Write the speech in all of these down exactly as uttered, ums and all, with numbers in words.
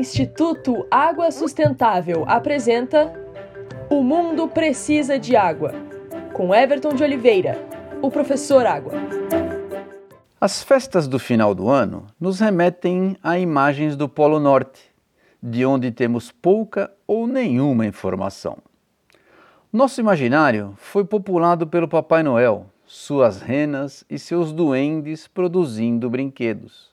Instituto Água Sustentável apresenta O Mundo Precisa de Água, com Everton de Oliveira, o professor Água. As festas do final do ano nos remetem a imagens do Polo Norte, de onde temos pouca ou nenhuma informação. Nosso imaginário foi populado pelo Papai Noel, suas renas e seus duendes produzindo brinquedos.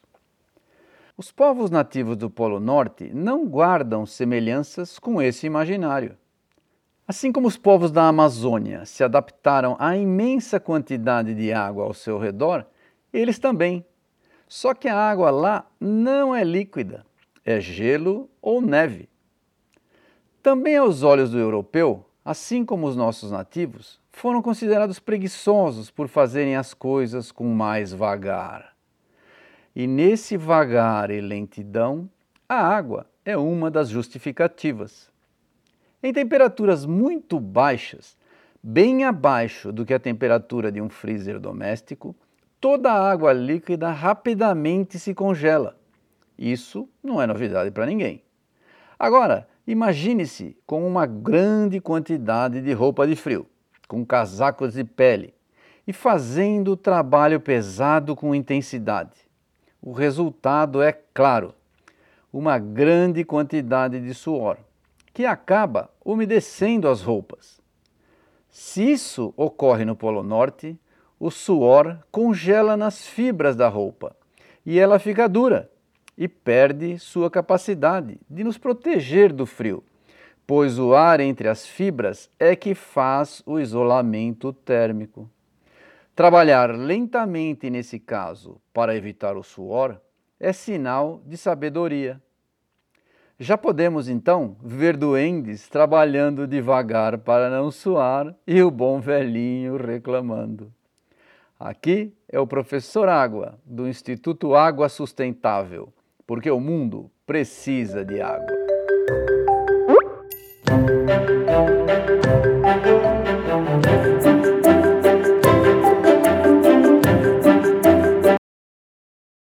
Os povos nativos do Polo Norte não guardam semelhanças com esse imaginário. Assim como os povos da Amazônia se adaptaram à imensa quantidade de água ao seu redor, eles também. Só que a água lá não é líquida, é gelo ou neve. Também aos olhos do europeu, assim como os nossos nativos, foram considerados preguiçosos por fazerem as coisas com mais vagar. E nesse vagar e lentidão, a água é uma das justificativas. Em temperaturas muito baixas, bem abaixo do que a temperatura de um freezer doméstico, toda a água líquida rapidamente se congela. Isso não é novidade para ninguém. Agora, imagine-se com uma grande quantidade de roupa de frio, com casacos de pele e fazendo o trabalho pesado com intensidade. O resultado é claro, uma grande quantidade de suor, que acaba umedecendo as roupas. Se isso ocorre no Polo Norte, o suor congela nas fibras da roupa e ela fica dura e perde sua capacidade de nos proteger do frio, pois o ar entre as fibras é que faz o isolamento térmico. Trabalhar lentamente nesse caso para evitar o suor é sinal de sabedoria. Já podemos então ver duendes trabalhando devagar para não suar e o bom velhinho reclamando. Aqui é o professor Água, do Instituto Água Sustentável, porque o mundo precisa de água.